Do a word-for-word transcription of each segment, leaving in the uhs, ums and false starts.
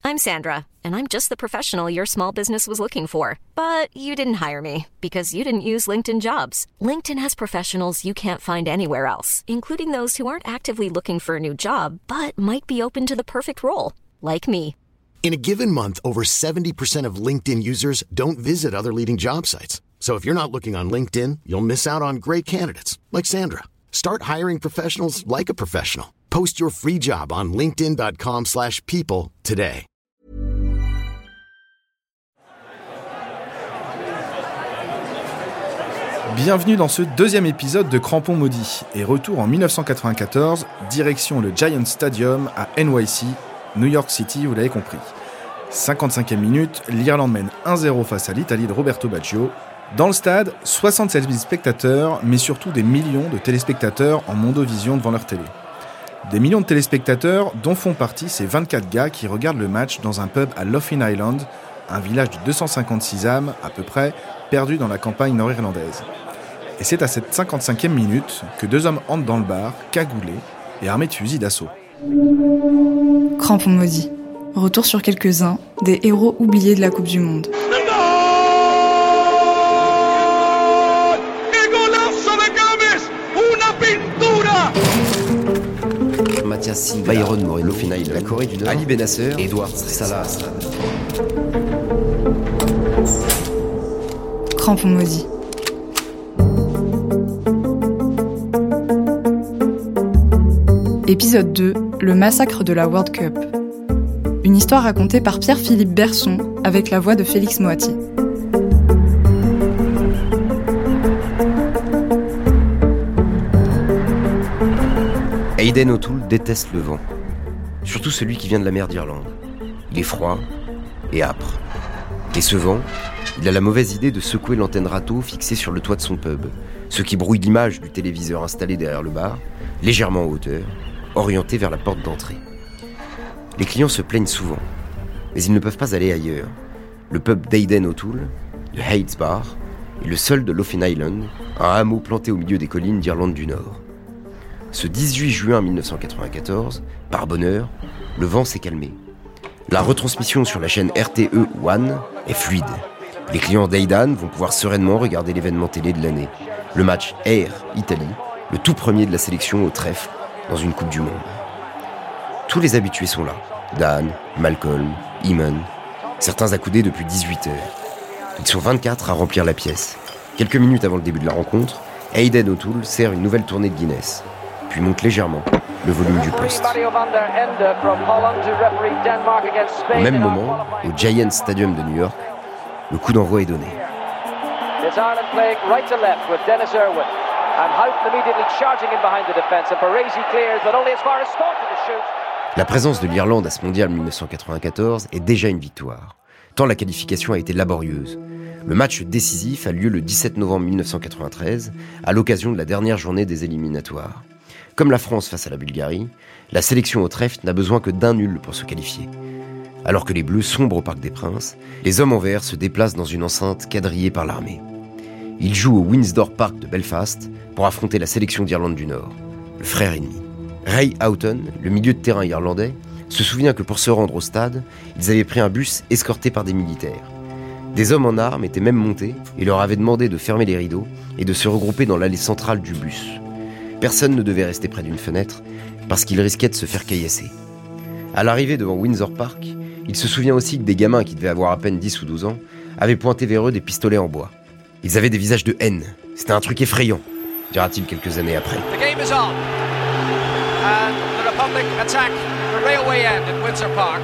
I'm Sandra, and I'm just the professional your small business was looking for. But you didn't hire me, because you didn't use LinkedIn Jobs. LinkedIn has professionals you can't find anywhere else, including those who aren't actively looking for a new job, but might be open to the perfect role, like me. In a given month, over seventy percent of LinkedIn users don't visit other leading job sites. So if you're not looking on LinkedIn, you'll miss out on great candidates, like Sandra. Start hiring professionals like a professional. Post your free job on linkedin.com slash people today. Bienvenue dans ce deuxième épisode de Crampons Maudits et retour en dix-neuf cent quatre-vingt-quatorze, direction le Giants Stadium à N Y C, New York City, vous l'avez compris. cinquante-cinquième minute, l'Irlande mène un zéro face à l'Italie de Roberto Baggio. Dans le stade, soixante-sept mille spectateurs, mais surtout des millions de téléspectateurs en mondovision devant leur télé. Des millions de téléspectateurs dont font partie ces vingt-quatre gars qui regardent le match dans un pub à Loughlin Island, un village de deux cent cinquante-six âmes à peu près, perdu dans la campagne nord-irlandaise. Et c'est à cette cinquante-cinquième minute que deux hommes entrent dans le bar, cagoulés et armés de fusils d'assaut. Crampons maudits. Retour sur quelques-uns des héros oubliés de la Coupe du Monde. Mathias Silva, Byron Moreno, Final, la Corée du Nord, Ali Benasser, Edouard Salah. Crampons maudits. Épisode deux, le massacre de la World Cup. Une histoire racontée par Pierre-Philippe Berson avec la voix de Félix Moati. Aidan O'Toole déteste le vent, surtout celui qui vient de la mer d'Irlande. Il est froid et âpre. Et ce vent, il a la mauvaise idée de secouer l'antenne râteau fixée sur le toit de son pub, ce qui brouille l'image du téléviseur installé derrière le bar, légèrement en hauteur, orienté vers la porte d'entrée. Les clients se plaignent souvent, mais ils ne peuvent pas aller ailleurs. Le pub d'Aidan O'Toole, le Hayes Bar, est le seul de Loughlin Island, un hameau planté au milieu des collines d'Irlande du Nord. Ce dix-huit juin dix-neuf cent quatre-vingt-quatorze, par bonheur, le vent s'est calmé. La retransmission sur la chaîne R T E un est fluide. Les clients d'Aidan vont pouvoir sereinement regarder l'événement télé de l'année. Le match Air-Italie, le tout premier de la sélection au trèfle dans une Coupe du Monde. Tous les habitués sont là. Dan, Malcolm, Eamon, certains accoudés depuis dix-huit heures. Ils sont vingt-quatre à remplir la pièce. Quelques minutes avant le début de la rencontre, Aidan O'Toole sert une nouvelle tournée de Guinness, puis monte légèrement le volume du poste. Au même moment, au Giants Stadium de New York, le coup d'envoi est donné. La présence de l'Irlande à ce mondial dix-neuf cent quatre-vingt-quatorze est déjà une victoire, tant la qualification a été laborieuse. Le match décisif a lieu le dix-sept novembre dix-neuf cent quatre-vingt-treize, à l'occasion de la dernière journée des éliminatoires. Comme la France face à la Bulgarie, la sélection au trèfle n'a besoin que d'un nul pour se qualifier. Alors que les Bleus sombrent au Parc des Princes, les hommes en vert se déplacent dans une enceinte quadrillée par l'armée. Ils jouent au Windsor Park de Belfast pour affronter la sélection d'Irlande du Nord, le frère ennemi. Ray Houghton, le milieu de terrain irlandais, se souvient que pour se rendre au stade, ils avaient pris un bus escorté par des militaires. Des hommes en armes étaient même montés et leur avaient demandé de fermer les rideaux et de se regrouper dans l'allée centrale du bus. Personne ne devait rester près d'une fenêtre parce qu'il risquait de se faire caillasser. À l'arrivée devant Windsor Park, il se souvient aussi que des gamins qui devaient avoir à peine dix ou douze ans avaient pointé vers eux des pistolets en bois. Ils avaient des visages de haine. C'était un truc effrayant, dira-t-il quelques années après. The game is on. And the Republic attack the railway end in Windsor Park.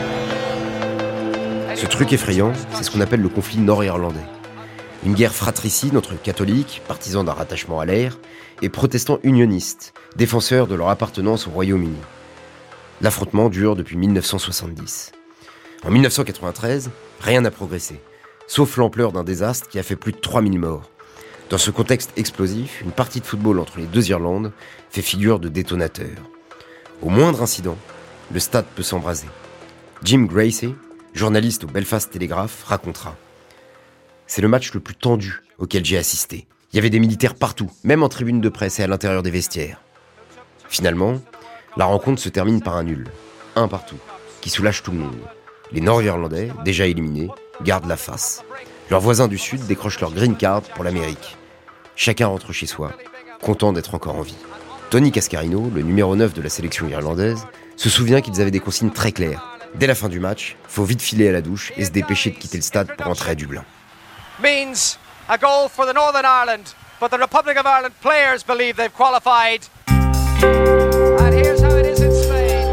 Ce truc effrayant, c'est ce qu'on appelle le conflit nord-irlandais. Une guerre fratricide entre catholiques, partisans d'un rattachement à l'air, et protestants unionistes, défenseurs de leur appartenance au Royaume-Uni. L'affrontement dure depuis dix-neuf cent soixante-dix. En dix-neuf cent quatre-vingt-treize, rien n'a progressé, sauf l'ampleur d'un désastre qui a fait plus de trois mille morts. Dans ce contexte explosif, une partie de football entre les deux Irlandes fait figure de détonateur. Au moindre incident, le stade peut s'embraser. Jim Gracie, journaliste au Belfast Telegraph, racontera. C'est le match le plus tendu auquel j'ai assisté. Il y avait des militaires partout, même en tribune de presse et à l'intérieur des vestiaires. Finalement, la rencontre se termine par un nul, un partout, qui soulage tout le monde. Les Nord-Irlandais, déjà éliminés, gardent la face. Leurs voisins du Sud décrochent leur green card pour l'Amérique. Chacun rentre chez soi, content d'être encore en vie. Tony Cascarino, le numéro neuf de la sélection irlandaise, se souvient qu'ils avaient des consignes très claires. Dès la fin du match, faut vite filer à la douche et se dépêcher de quitter le stade pour rentrer à Dublin. Means a goal for the Northern Ireland, but the Republic of Ireland players believe they've qualified. And here's how it is in Spain.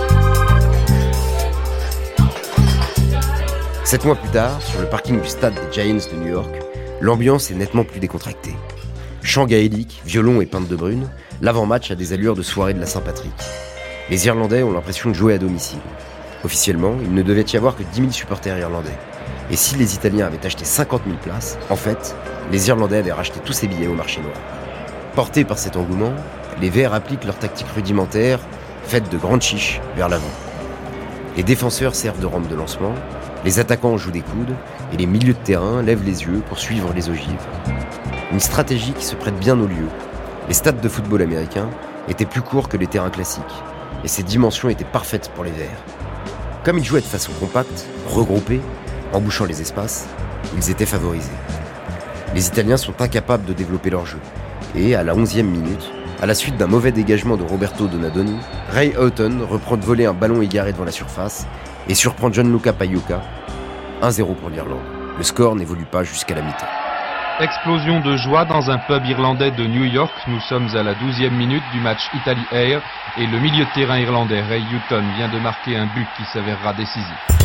Sept mois plus tard, sur le parking du stade des Giants de New York, l'ambiance est nettement plus décontractée. Chants gaéliques, violons et peintes de brune, l'avant-match a des allures de soirée de la Saint-Patrick. Les Irlandais ont l'impression de jouer à domicile. Officiellement, il ne devait y avoir que dix mille supporters irlandais. Et si les Italiens avaient acheté cinquante mille places, en fait, les Irlandais avaient racheté tous ces billets au marché noir. Portés par cet engouement, les Verts appliquent leur tactique rudimentaire, faite de grandes chiches, vers l'avant. Les défenseurs servent de rampe de lancement, les attaquants jouent des coudes, et les milieux de terrain lèvent les yeux pour suivre les ogives. Une stratégie qui se prête bien au lieu. Les stades de football américains étaient plus courts que les terrains classiques, et ces dimensions étaient parfaites pour les Verts. Comme ils jouaient de façon compacte, regroupés, en bouchant les espaces, ils étaient favorisés. Les Italiens sont incapables de développer leur jeu. Et à la onzième minute, à la suite d'un mauvais dégagement de Roberto Donadoni, Ray Houghton reprend de voler un ballon égaré devant la surface et surprend Gianluca Pagliuca. un zéro pour l'Irlande. Le score n'évolue pas jusqu'à la mi-temps. Explosion de joie dans un pub irlandais de New York. Nous sommes à la douzième minute du match Italie-Air et le milieu de terrain irlandais Ray Houghton vient de marquer un but qui s'avérera décisif.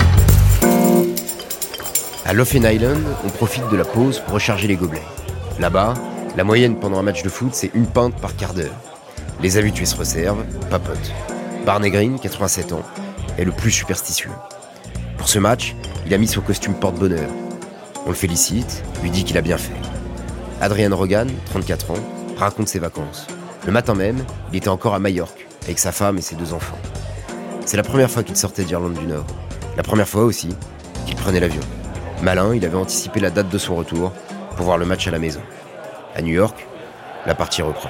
À Loughlin Island, on profite de la pause pour recharger les gobelets. Là-bas, la moyenne pendant un match de foot, c'est une pinte par quart d'heure. Les habitués se resservent, papotent. Barney Green, quatre-vingt-sept ans, est le plus superstitieux. Pour ce match, il a mis son costume porte-bonheur. On le félicite, lui dit qu'il a bien fait. Adrian Rogan, trente-quatre ans, raconte ses vacances. Le matin même, il était encore à Majorque, avec sa femme et ses deux enfants. C'est la première fois qu'il sortait d'Irlande du Nord. La première fois aussi qu'il prenait l'avion. Malin, il avait anticipé la date de son retour pour voir le match à la maison. À New York, la partie reprend.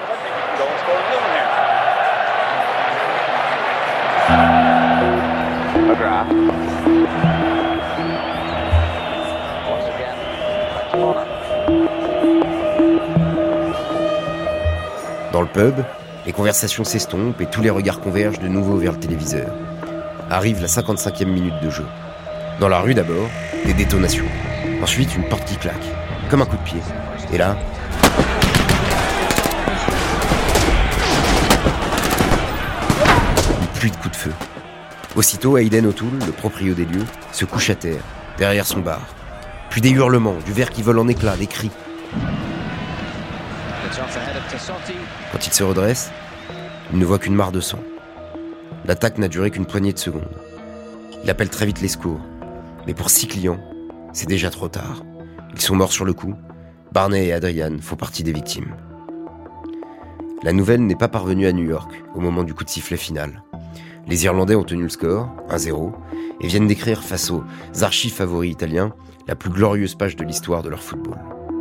Dans le pub, les conversations s'estompent et tous les regards convergent de nouveau vers le téléviseur. Arrive la cinquante-cinquième minute de jeu. Dans la rue d'abord, des détonations. Ensuite, une porte qui claque, comme un coup de pied. Et là... une pluie de coups de feu. Aussitôt, Aidan O'Toole, le proprio des lieux, se couche à terre, derrière son bar. Puis des hurlements, du verre qui vole en éclats, des cris. Quand il se redresse, il ne voit qu'une mare de sang. L'attaque n'a duré qu'une poignée de secondes. Il appelle très vite les secours. Mais pour six clients, c'est déjà trop tard. Ils sont morts sur le coup. Barney et Adrian font partie des victimes. La nouvelle n'est pas parvenue à New York au moment du coup de sifflet final. Les Irlandais ont tenu le score, un zéro, et viennent d'écrire face aux archi-favoris italiens la plus glorieuse page de l'histoire de leur football.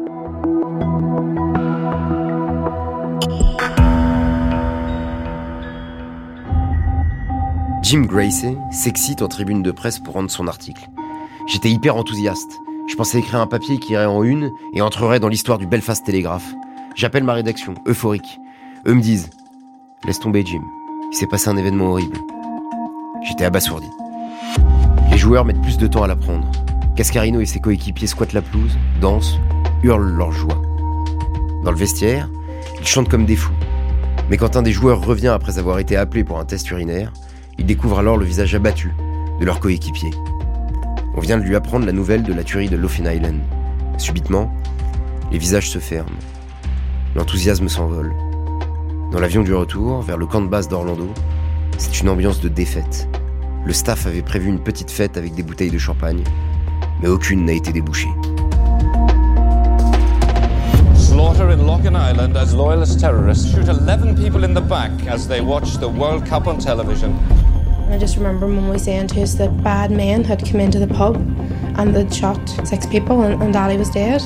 Jim Gracie s'excite en tribune de presse pour rendre son article. J'étais hyper enthousiaste. Je pensais écrire un papier qui irait en une et entrerait dans l'histoire du Belfast Telegraph. J'appelle ma rédaction, euphorique. Eux me disent « Laisse tomber Jim, il s'est passé un événement horrible. » J'étais abasourdi. Les joueurs mettent plus de temps à l'apprendre. Cascarino et ses coéquipiers squattent la pelouse, dansent, hurlent leur joie. Dans le vestiaire, ils chantent comme des fous. Mais quand un des joueurs revient après avoir été appelé pour un test urinaire, ils découvrent alors le visage abattu de leur coéquipier. On vient de lui apprendre la nouvelle de la tuerie de Loughlin Island. Subitement, les visages se ferment. L'enthousiasme s'envole. Dans l'avion du retour, vers le camp de base d'Orlando, c'est une ambiance de défaite. Le staff avait prévu une petite fête avec des bouteilles de champagne, mais aucune n'a été débouchée. Slaughter in Loughlin Island as loyalist terrorists shoot eleven people in the back as they watch the World Cup on television. I just remember Mum was saying to us that bad men had come into the pub and they'd shot six people and, and Daddy was dead.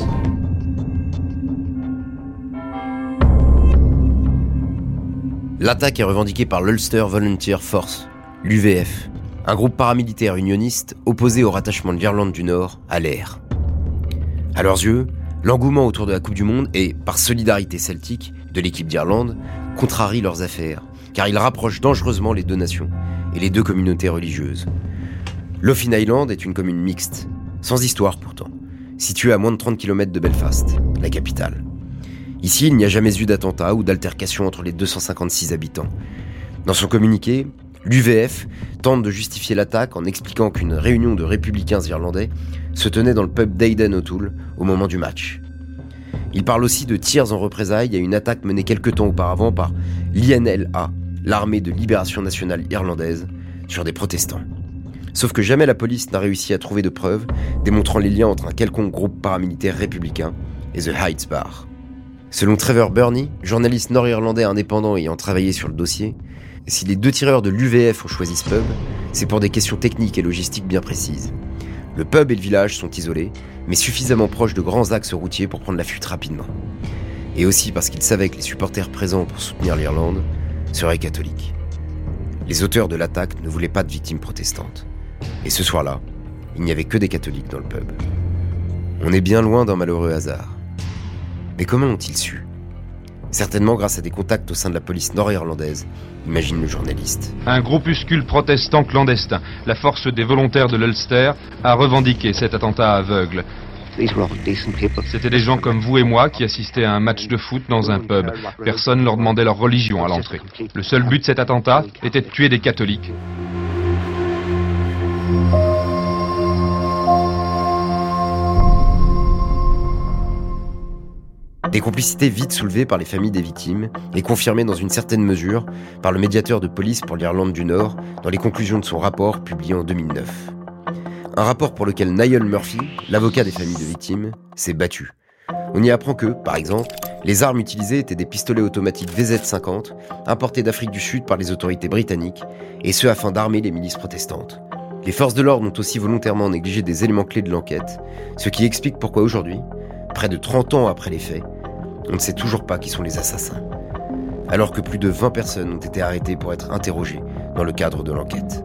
L'attaque est revendiquée par l'Ulster Volunteer Force, l'U V F. un groupe paramilitaire unioniste opposé au rattachement de l'Irlande du Nord à l'air. À leurs yeux, l'engouement autour de la Coupe du Monde et, par solidarité celtique, de l'équipe d'Irlande, contrarie leurs affaires, car il rapproche dangereusement les deux nations et les deux communautés religieuses. Loughlin Island est une commune mixte, sans histoire pourtant, située à moins de trente kilomètres de Belfast, la capitale. Ici, il n'y a jamais eu d'attentat ou d'altercation entre les deux cent cinquante-six habitants. Dans son communiqué, l'U V F tente de justifier l'attaque en expliquant qu'une réunion de républicains irlandais se tenait dans le pub d'Aidan O'Toole au moment du match. Il parle aussi de tirs en représailles à une attaque menée quelque temps auparavant par l'I N L A, l'armée de libération nationale irlandaise, sur des protestants. Sauf que jamais la police n'a réussi à trouver de preuves démontrant les liens entre un quelconque groupe paramilitaire républicain et The Heights Bar. Selon Trevor Burney, journaliste nord-irlandais indépendant ayant travaillé sur le dossier, si les deux tireurs de l'U V F ont choisi ce pub, c'est pour des questions techniques et logistiques bien précises. Le pub et le village sont isolés, mais suffisamment proches de grands axes routiers pour prendre la fuite rapidement. Et aussi parce qu'ils savaient que les supporters présents pour soutenir l'Irlande seraient catholiques. Les auteurs de l'attaque ne voulaient pas de victimes protestantes. Et ce soir-là, il n'y avait que des catholiques dans le pub. On est bien loin d'un malheureux hasard. Mais comment ont-ils su ? Certainement grâce à des contacts au sein de la police nord-irlandaise, imagine le journaliste. Un groupuscule protestant clandestin, la force des volontaires de l'Ulster, a revendiqué cet attentat aveugle. C'était des gens comme vous et moi qui assistaient à un match de foot dans un pub. Personne leur demandait leur religion à l'entrée. Le seul but de cet attentat était de tuer des catholiques. Des complicités vite soulevées par les familles des victimes et confirmées dans une certaine mesure par le médiateur de police pour l'Irlande du Nord dans les conclusions de son rapport publié en deux mille neuf. Un rapport pour lequel Niall Murphy, l'avocat des familles de victimes, s'est battu. On y apprend que, par exemple, les armes utilisées étaient des pistolets automatiques V Z cinquante importés d'Afrique du Sud par les autorités britanniques, et ce afin d'armer les milices protestantes. Les forces de l'ordre ont aussi volontairement négligé des éléments clés de l'enquête, ce qui explique pourquoi aujourd'hui, près de trente ans après les faits, on ne sait toujours pas qui sont les assassins, alors que plus de vingt personnes ont été arrêtées pour être interrogées dans le cadre de l'enquête.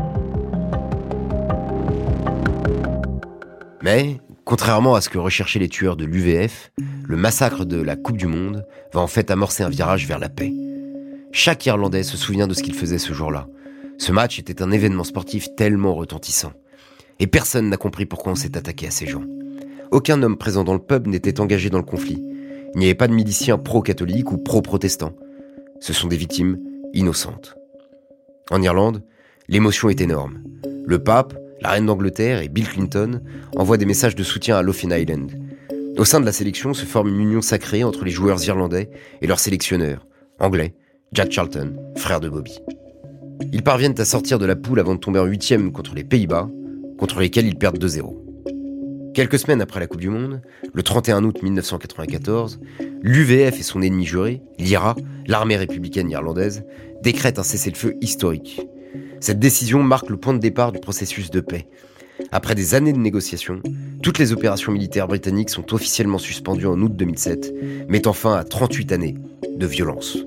Mais, contrairement à ce que recherchaient les tueurs de l'U V F, le massacre de la Coupe du Monde va en fait amorcer un virage vers la paix. Chaque Irlandais se souvient de ce qu'il faisait ce jour-là. Ce match était un événement sportif tellement retentissant. Et personne n'a compris pourquoi on s'est attaqué à ces gens. Aucun homme présent dans le pub n'était engagé dans le conflit. Il n'y avait pas de miliciens pro-catholiques ou pro-protestants. Ce sont des victimes innocentes. En Irlande, l'émotion est énorme. Le pape, la reine d'Angleterre et Bill Clinton envoient des messages de soutien à Loughlin Island. Au sein de la sélection se forme une union sacrée entre les joueurs irlandais et leurs sélectionneurs, anglais, Jack Charlton, frère de Bobby. Ils parviennent à sortir de la poule avant de tomber en huitième contre les Pays-Bas, contre lesquels ils perdent deux zéro. Quelques semaines après la Coupe du Monde, le trente et un août mille neuf cent quatre-vingt-quatorze, l'U V F et son ennemi juré, l'I R A, l'armée républicaine irlandaise, décrètent un cessez-le-feu historique. Cette décision marque le point de départ du processus de paix. Après des années de négociations, toutes les opérations militaires britanniques sont officiellement suspendues en août deux mille sept, mettant fin à trente-huit années de violence.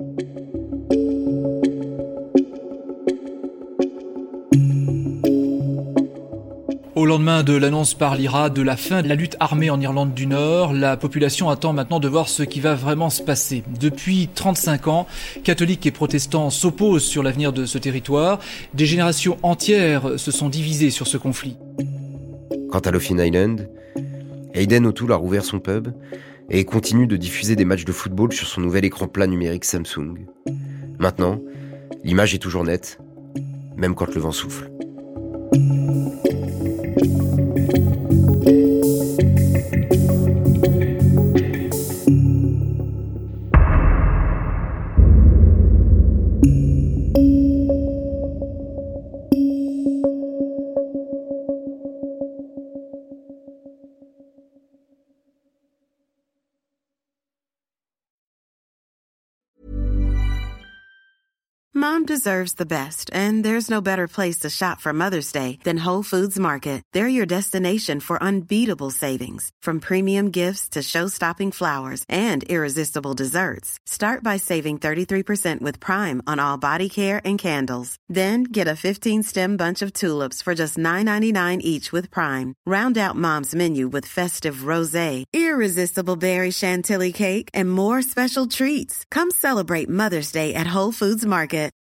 Au lendemain de l'annonce par l'I R A de la fin de la lutte armée en Irlande du Nord, la population attend maintenant de voir ce qui va vraiment se passer. Depuis trente-cinq ans, catholiques et protestants s'opposent sur l'avenir de ce territoire. Des générations entières se sont divisées sur ce conflit. Quant à Loughlin Island, Aidan O'Toole a rouvert son pub et continue de diffuser des matchs de football sur son nouvel écran plat numérique Samsung. Maintenant, l'image est toujours nette, même quand le vent souffle. Mom deserves the best, and there's no better place to shop for Mother's Day than Whole Foods Market. They're your destination for unbeatable savings, from premium gifts to show-stopping flowers and irresistible desserts. Start by saving thirty-three percent with Prime on all body care and candles. Then get a fifteen-stem bunch of tulips for just nine ninety-nine each with Prime. Round out Mom's menu with festive rosé, irresistible berry chantilly cake, and more special treats. Come celebrate Mother's Day at Whole Foods Market.